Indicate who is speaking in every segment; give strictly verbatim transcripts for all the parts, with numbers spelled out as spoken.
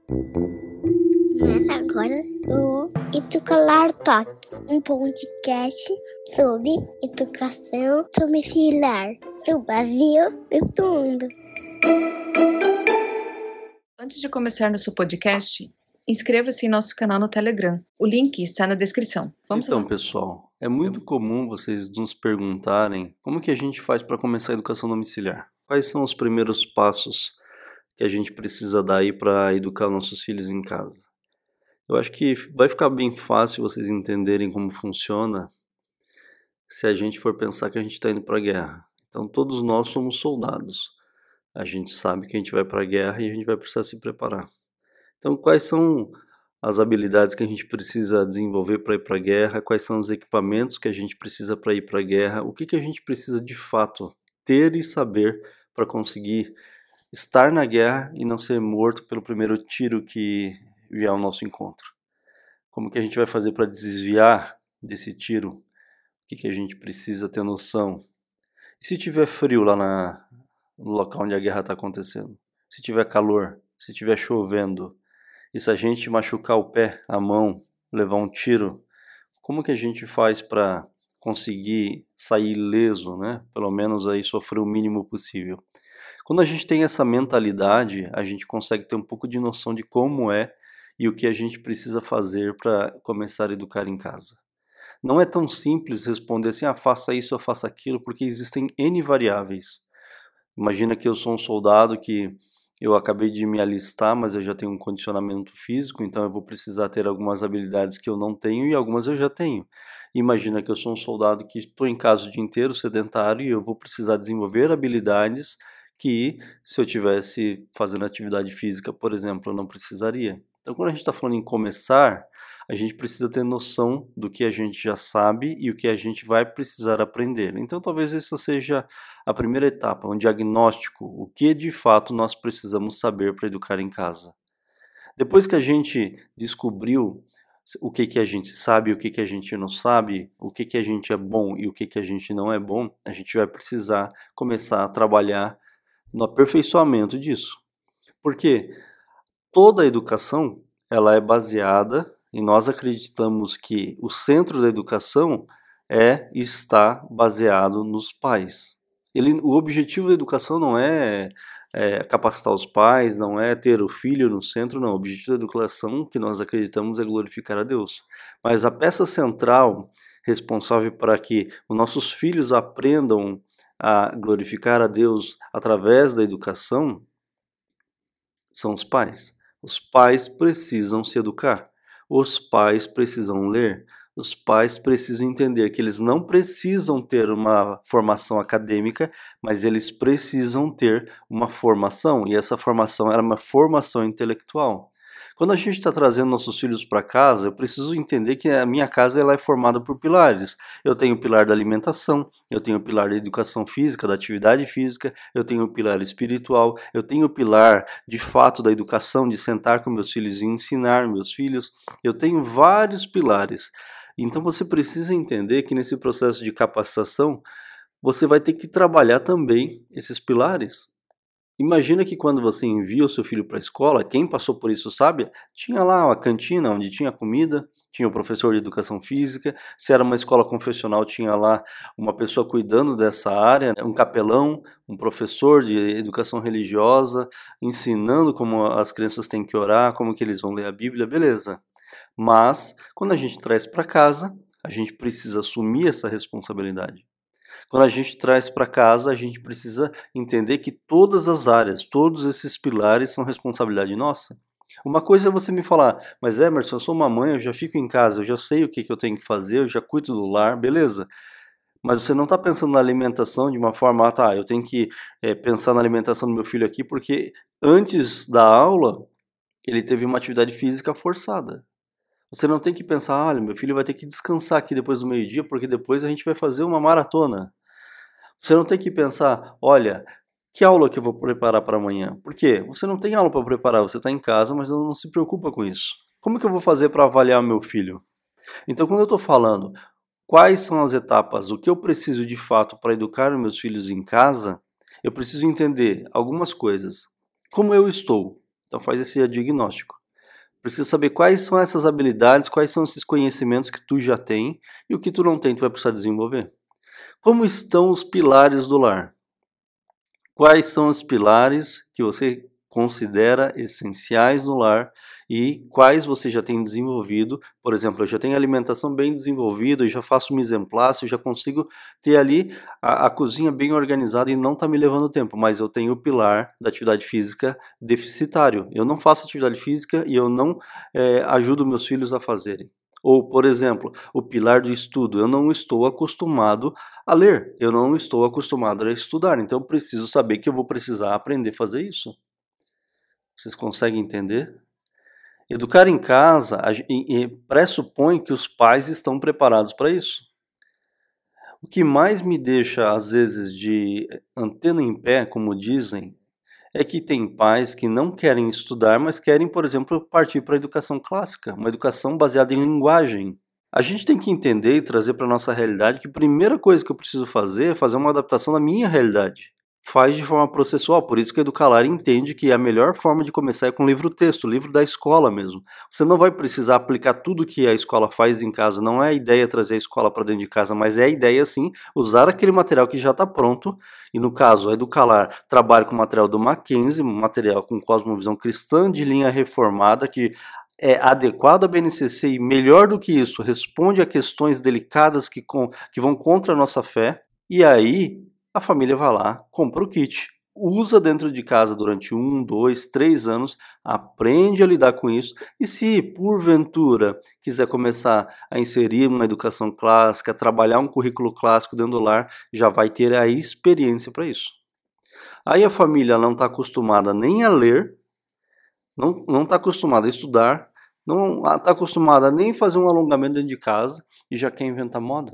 Speaker 1: Começa agora o Educalar Talk, um podcast sobre educação domiciliar do Brasil e do mundo.
Speaker 2: Antes de começar nosso podcast, inscreva-se em nosso canal no Telegram. O link está na descrição. Vamos
Speaker 3: Então,
Speaker 2: lá.
Speaker 3: pessoal, é muito comum vocês nos perguntarem como que a gente faz para começar a educação domiciliar. Quais são os primeiros passos que a gente precisa dar aí para educar nossos filhos em casa? Eu acho que vai ficar bem fácil vocês entenderem como funciona se a gente for pensar que a gente está indo para a guerra. Então, todos nós somos soldados. A gente sabe que a gente vai para a guerra e a gente vai precisar se preparar. Então, quais são as habilidades que a gente precisa desenvolver para ir para a guerra? Quais são os equipamentos que a gente precisa para ir para a guerra? O que, que a gente precisa de fato ter e saber para conseguir estar na guerra e não ser morto pelo primeiro tiro que vier ao nosso encontro? Como que a gente vai fazer para desviar desse tiro? O que, que a gente precisa ter noção? E se tiver frio lá na, no local onde a guerra está acontecendo? Se tiver calor? Se tiver chovendo? E se a gente machucar o pé, a mão, levar um tiro, como que a gente faz para conseguir sair ileso, né? Pelo menos aí sofrer o mínimo possível. Quando a gente tem essa mentalidade, a gente consegue ter um pouco de noção de como é e o que a gente precisa fazer para começar a educar em casa. Não é tão simples responder assim, ah, faça isso ou faça aquilo, porque existem N variáveis. Imagina que eu sou um soldado que eu acabei de me alistar, mas eu já tenho um condicionamento físico, então eu vou precisar ter algumas habilidades que eu não tenho e algumas eu já tenho. Imagina que eu sou um soldado que estou em casa o dia inteiro, sedentário, e eu vou precisar desenvolver habilidades que, se eu tivesse fazendo atividade física, por exemplo, eu não precisaria. Então, quando a gente está falando em começar, a gente precisa ter noção do que a gente já sabe e o que a gente vai precisar aprender. Então, talvez essa seja a primeira etapa, um diagnóstico, o que de fato nós precisamos saber para educar em casa. Depois que a gente descobriu o que, que a gente sabe e o que, que a gente não sabe, o que, que a gente é bom e o que, que a gente não é bom, a gente vai precisar começar a trabalhar no aperfeiçoamento disso. Porque toda a educação ela é baseada e nós acreditamos que o centro da educação é está baseado nos pais. Ele, o objetivo da educação não é, é capacitar os pais, não é ter o filho no centro, não. O objetivo da educação que nós acreditamos é glorificar a Deus. Mas a peça central responsável para que os nossos filhos aprendam a glorificar a Deus através da educação são os pais. Os pais precisam se educar. Os pais precisam ler. Os pais precisam entender que eles não precisam ter uma formação acadêmica, mas eles precisam ter uma formação, e essa formação era uma formação intelectual. Quando a gente está trazendo nossos filhos para casa, eu preciso entender que a minha casa ela é formada por pilares. Eu tenho o pilar da alimentação, eu tenho o pilar da educação física, da atividade física, eu tenho o pilar espiritual, eu tenho o pilar de fato da educação, de sentar com meus filhos e ensinar meus filhos. Eu tenho vários pilares. Então você precisa entender que nesse processo de capacitação, você vai ter que trabalhar também esses pilares. Imagina que quando você envia o seu filho para a escola, quem passou por isso sabe, tinha lá uma cantina onde tinha comida, tinha o professor de educação física, se era uma escola confessional tinha lá uma pessoa cuidando dessa área, um capelão, um professor de educação religiosa, ensinando como as crianças têm que orar, como que eles vão ler a Bíblia, beleza. Mas, quando a gente traz para casa, a gente precisa assumir essa responsabilidade. Quando a gente traz para casa, a gente precisa entender que todas as áreas, todos esses pilares são responsabilidade nossa. Uma coisa é você me falar, mas Emerson, eu sou uma mãe, eu já fico em casa, eu já sei o que, que eu tenho que fazer, eu já cuido do lar, beleza. Mas você não está pensando na alimentação de uma forma, ah tá, eu tenho que é, pensar na alimentação do meu filho aqui, porque antes da aula, ele teve uma atividade física forçada. Você não tem que pensar, olha, meu filho vai ter que descansar aqui depois do meio-dia, porque depois a gente vai fazer uma maratona. Você não tem que pensar, olha, que aula que eu vou preparar para amanhã? Por quê? Você não tem aula para preparar, você está em casa, mas não se preocupa com isso. Como que eu vou fazer para avaliar meu filho? Então, quando eu estou falando quais são as etapas, o que eu preciso de fato para educar os meus filhos em casa, eu preciso entender algumas coisas. Como eu estou? Então faz esse diagnóstico. Precisa saber quais são essas habilidades, quais são esses conhecimentos que tu já tem e o que tu não tem tu vai precisar desenvolver. Como estão os pilares do lar? Quais são os pilares que você considera essenciais no lar e quais você já tem desenvolvido? Por exemplo, eu já tenho alimentação bem desenvolvida, eu já faço mise en place, eu já consigo ter ali a, a cozinha bem organizada e não está me levando tempo, mas eu tenho o pilar da atividade física deficitário. Eu não faço atividade física e eu não é, ajudo meus filhos a fazerem. Ou, por exemplo, o pilar do estudo. Eu não estou acostumado a ler, eu não estou acostumado a estudar, então eu preciso saber que eu vou precisar aprender a fazer isso. Vocês conseguem entender? Educar em casa pressupõe que os pais estão preparados para isso. O que mais me deixa, às vezes, de antena em pé, como dizem, é que tem pais que não querem estudar, mas querem, por exemplo, partir para a educação clássica, uma educação baseada em linguagem. A gente tem que entender e trazer para a nossa realidade que a primeira coisa que eu preciso fazer é fazer uma adaptação da minha realidade. Faz de forma processual, por isso que o Educalar entende que a melhor forma de começar é com livro-texto, livro da escola mesmo. Você não vai precisar aplicar tudo que a escola faz em casa, não é a ideia trazer a escola para dentro de casa, mas é a ideia sim usar aquele material que já está pronto, e no caso, a Educalar trabalha com o material do Mackenzie, material com cosmovisão cristã de linha reformada, que é adequado à B N C C e melhor do que isso, responde a questões delicadas que, com, que vão contra a nossa fé, e aí a família vai lá, compra o kit, usa dentro de casa durante um, dois, três anos, aprende a lidar com isso, e se porventura quiser começar a inserir uma educação clássica, trabalhar um currículo clássico dentro do lar, já vai ter a experiência para isso. Aí a família não está acostumada nem a ler, não não está acostumada a estudar, não está acostumada a nem fazer um alongamento dentro de casa e já quer inventar moda.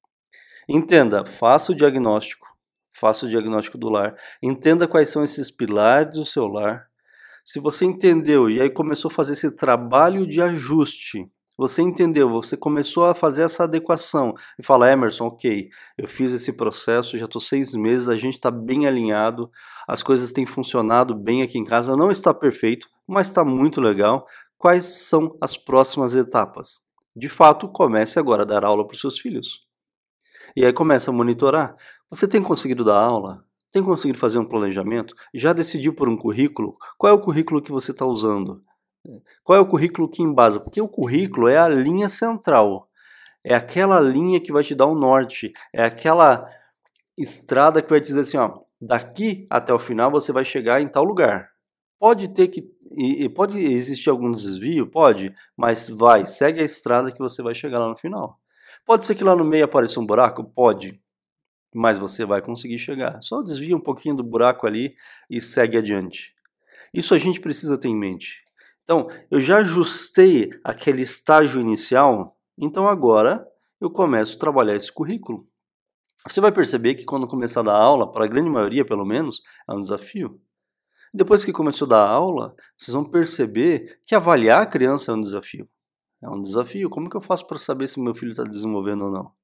Speaker 3: Entenda, faça o diagnóstico. Faça o diagnóstico do lar, entenda quais são esses pilares do seu lar. Se você entendeu e aí começou a fazer esse trabalho de ajuste, você entendeu, você começou a fazer essa adequação e fala, Emerson, ok, eu fiz esse processo, já estou seis meses, a gente está bem alinhado, as coisas têm funcionado bem aqui em casa, não está perfeito, mas está muito legal. Quais são as próximas etapas? De fato, comece agora a dar aula para os seus filhos. E aí começa a monitorar. Você tem conseguido dar aula? Tem conseguido fazer um planejamento? Já decidiu por um currículo? Qual é o currículo que você está usando? Qual é o currículo que embasa? Porque o currículo é a linha central. É aquela linha que vai te dar o norte. É aquela estrada que vai te dizer assim, ó, daqui até o final você vai chegar em tal lugar. Pode ter que... E pode existir algum desvio? Pode. Mas vai, segue a estrada que você vai chegar lá no final. Pode ser que lá no meio apareça um buraco? Pode. Mas você vai conseguir chegar. Só desvia um pouquinho do buraco ali e segue adiante. Isso a gente precisa ter em mente. Então, eu já ajustei aquele estágio inicial, então agora eu começo a trabalhar esse currículo. Você vai perceber que quando começar a dar aula, para a grande maioria pelo menos, é um desafio. Depois que começou a dar aula, vocês vão perceber que avaliar a criança é um desafio. É um desafio. Como que eu faço para saber se meu filho está desenvolvendo ou não?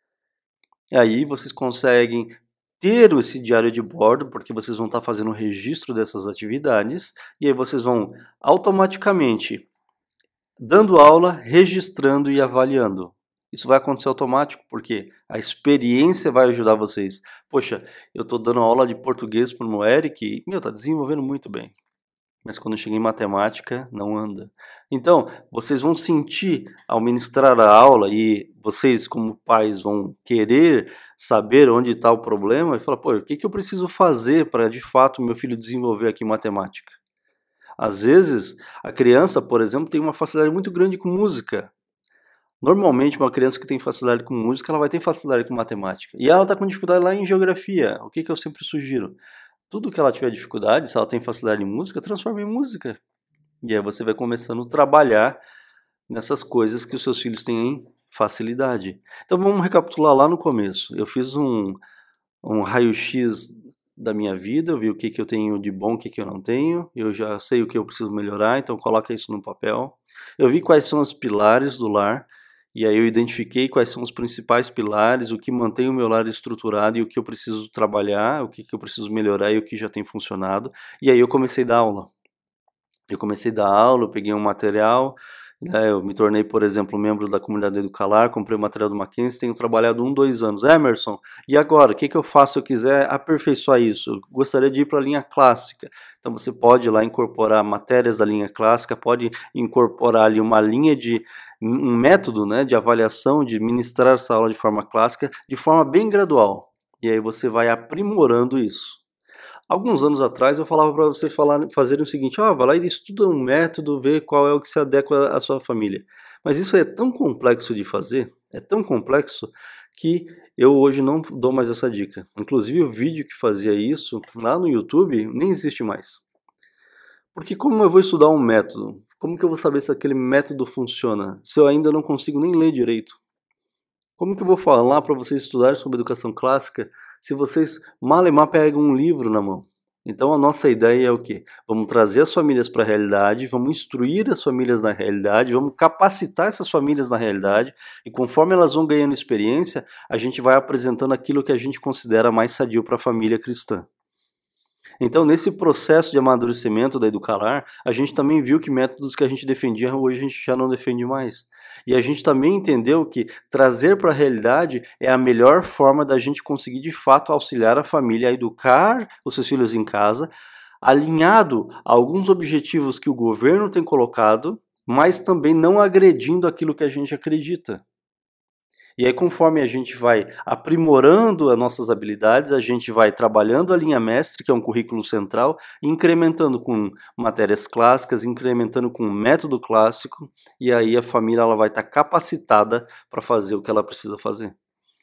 Speaker 3: E aí vocês conseguem ter esse diário de bordo, porque vocês vão estar fazendo o registro dessas atividades, e aí vocês vão automaticamente dando aula, registrando e avaliando. Isso vai acontecer automático, porque a experiência vai ajudar vocês. Poxa, eu estou dando aula de português para o meu Eric e, meu, está desenvolvendo muito bem. Mas quando chega em matemática, não anda. Então, vocês vão sentir ao ministrar a aula e vocês, como pais, vão querer saber onde está o problema e falar, pô, o que, que eu preciso fazer para, de fato, meu filho desenvolver aqui matemática? Às vezes, a criança, por exemplo, tem uma facilidade muito grande com música. Normalmente, uma criança que tem facilidade com música, ela vai ter facilidade com matemática. E ela está com dificuldade lá em geografia. O que, que eu sempre sugiro? Tudo que ela tiver dificuldade, se ela tem facilidade em música, transforma em música. E aí você vai começando a trabalhar nessas coisas que os seus filhos têm facilidade. Então vamos recapitular lá no começo. Eu fiz um, um raio-x da minha vida, eu vi o que, que eu tenho de bom, o que, que eu não tenho. Eu já sei o que eu preciso melhorar, então coloca isso no papel. Eu vi quais são os pilares do lar. E aí eu identifiquei quais são os principais pilares, o que mantém o meu lar estruturado e o que eu preciso trabalhar, o que, que eu preciso melhorar e o que já tem funcionado. E aí eu comecei a dar aula. Eu comecei a dar aula, eu peguei um material, né, eu me tornei, por exemplo, membro da comunidade Educalar, comprei o material do Mackenzie, tenho trabalhado um, dois anos. Emerson, e agora? O que, que eu faço se eu quiser aperfeiçoar isso? Eu gostaria de ir para a linha clássica. Então você pode ir lá incorporar matérias da linha clássica, pode incorporar ali uma linha de, um método, né, de avaliação, de ministrar essa aula de forma clássica, de forma bem gradual. E aí você vai aprimorando isso. Alguns anos atrás eu falava para vocês falar, fazerem o seguinte, ó, vai lá e estuda um método, vê qual é o que se adequa à sua família. Mas isso é tão complexo de fazer, é tão complexo, que eu hoje não dou mais essa dica. Inclusive o vídeo que fazia isso, lá no YouTube, nem existe mais. Porque como eu vou estudar um método? Como que eu vou saber se aquele método funciona, se eu ainda não consigo nem ler direito? Como que eu vou falar para vocês estudarem sobre educação clássica se vocês mal e mal pegam um livro na mão? Então a nossa ideia é o quê? Vamos trazer as famílias para a realidade, vamos instruir as famílias na realidade, vamos capacitar essas famílias na realidade, e conforme elas vão ganhando experiência, a gente vai apresentando aquilo que a gente considera mais sadio para a família cristã. Então, nesse processo de amadurecimento da Educalar, a gente também viu que métodos que a gente defendia, hoje a gente já não defende mais. E a gente também entendeu que trazer para a realidade é a melhor forma da gente conseguir, de fato, auxiliar a família a educar os seus filhos em casa, alinhado a alguns objetivos que o governo tem colocado, mas também não agredindo aquilo que a gente acredita. E aí, conforme a gente vai aprimorando as nossas habilidades, a gente vai trabalhando a linha mestre, que é um currículo central, incrementando com matérias clássicas, incrementando com método clássico, e aí a família ela vai estar capacitada para fazer o que ela precisa fazer.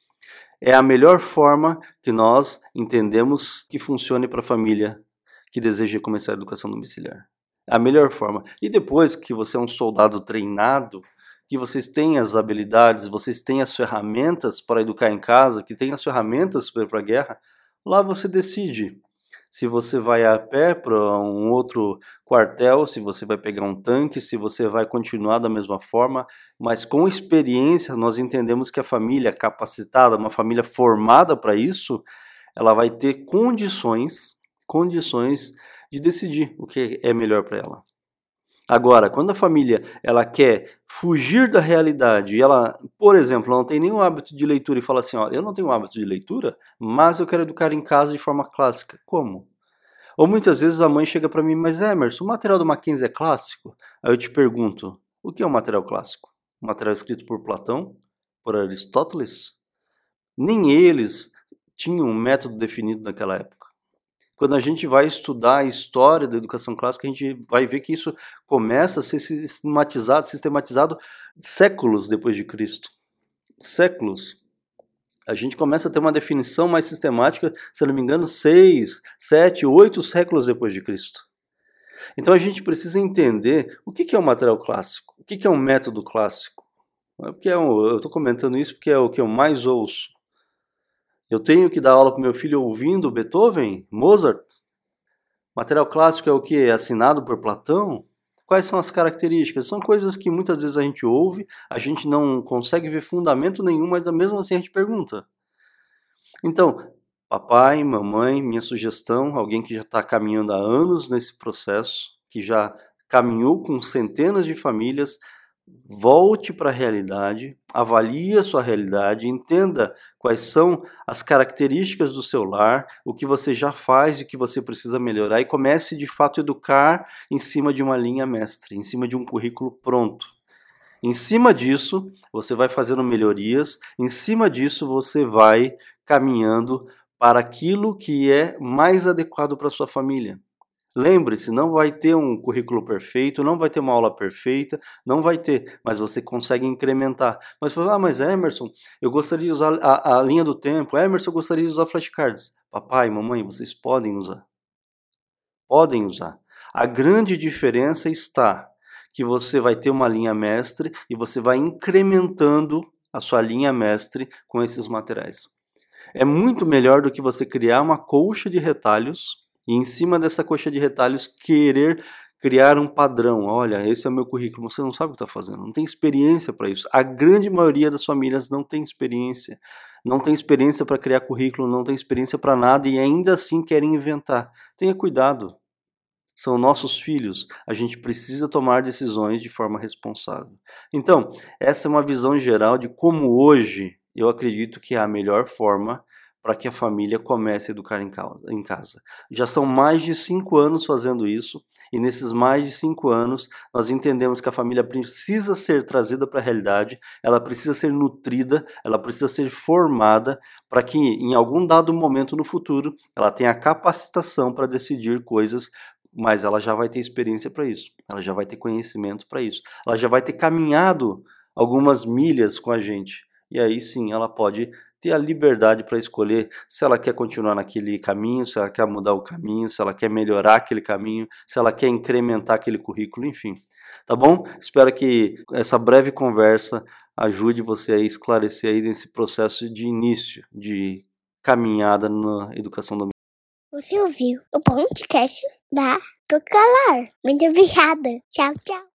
Speaker 3: É a melhor forma que nós entendemos que funcione para a família que deseja começar a educação domiciliar. É a melhor forma. E depois que você é um soldado treinado, que vocês têm as habilidades, vocês têm as ferramentas para educar em casa, que têm as ferramentas para ir para a guerra, lá você decide se você vai a pé para um outro quartel, se você vai pegar um tanque, se você vai continuar da mesma forma, mas com experiência nós entendemos que a família capacitada, uma família formada para isso, ela vai ter condições, condições de decidir o que é melhor para ela. Agora, quando a família ela quer fugir da realidade e ela, por exemplo, não tem nenhum hábito de leitura e fala assim, ó, eu não tenho hábito de leitura, mas eu quero educar em casa de forma clássica. Como? Ou muitas vezes a mãe chega para mim, mas Emerson, o material do Mackenzie é clássico? Aí eu te pergunto, o que é um material clássico? Um material escrito por Platão? Por Aristóteles? Nem eles tinham um método definido naquela época. Quando a gente vai estudar a história da educação clássica, a gente vai ver que isso começa a ser sistematizado, sistematizado séculos depois de Cristo. Séculos. A gente começa a ter uma definição mais sistemática, se eu não me engano, seis, sete, oito séculos depois de Cristo. Então a gente precisa entender o que é um material clássico, o que é um método clássico. Porque é um, eu estou comentando isso porque é o que eu mais ouço. Eu tenho que dar aula para o meu filho ouvindo Beethoven, Mozart? Material clássico é o que? É assinado por Platão? Quais são as características? São coisas que muitas vezes a gente ouve, a gente não consegue ver fundamento nenhum, mas mesmo assim a gente pergunta. Então, papai, mamãe, minha sugestão, alguém que já está caminhando há anos nesse processo, que já caminhou com centenas de famílias, volte para a realidade, avalie a sua realidade, entenda quais são as características do seu lar, o que você já faz e o que você precisa melhorar, e comece de fato a educar em cima de uma linha mestre, em cima de um currículo pronto. Em cima disso, você vai fazendo melhorias, em cima disso você vai caminhando para aquilo que é mais adequado para a sua família. Lembre-se, não vai ter um currículo perfeito, não vai ter uma aula perfeita, não vai ter, mas você consegue incrementar. Mas, ah, mas Emerson, eu gostaria de usar a, a linha do tempo, Emerson, eu gostaria de usar flashcards. Papai, mamãe, vocês podem usar. Podem usar. A grande diferença está que você vai ter uma linha mestre e você vai incrementando a sua linha mestre com esses materiais. É muito melhor do que você criar uma colcha de retalhos e em cima dessa coxa de retalhos querer criar um padrão. Olha, esse é o meu currículo. Você não sabe o que está fazendo, não tem experiência para isso. A grande maioria das famílias não tem experiência. Não tem experiência para criar currículo, não tem experiência para nada e ainda assim querem inventar. Tenha cuidado. são nossos filhos, a gente precisa tomar decisões de forma responsável. Então, essa é uma visão geral de como hoje eu acredito que é a melhor forma para que a família comece a educar em casa. Já são mais de cinco anos fazendo isso, e nesses mais de cinco anos nós entendemos que a família precisa ser trazida para a realidade, ela precisa ser nutrida, ela precisa ser formada para que em algum dado momento no futuro ela tenha capacitação para decidir coisas, mas ela já vai ter experiência para isso, ela já vai ter conhecimento para isso, ela já vai ter caminhado algumas milhas com a gente, e aí sim ela pode ter a liberdade para escolher se ela quer continuar naquele caminho, se ela quer mudar o caminho, se ela quer melhorar aquele caminho, se ela quer incrementar aquele currículo, enfim. Tá bom? Espero que essa breve conversa ajude você a esclarecer aí nesse processo de início, de caminhada na educação dominical.
Speaker 1: Você ouviu o podcast da Tucalar. Muito obrigada. Tchau, tchau.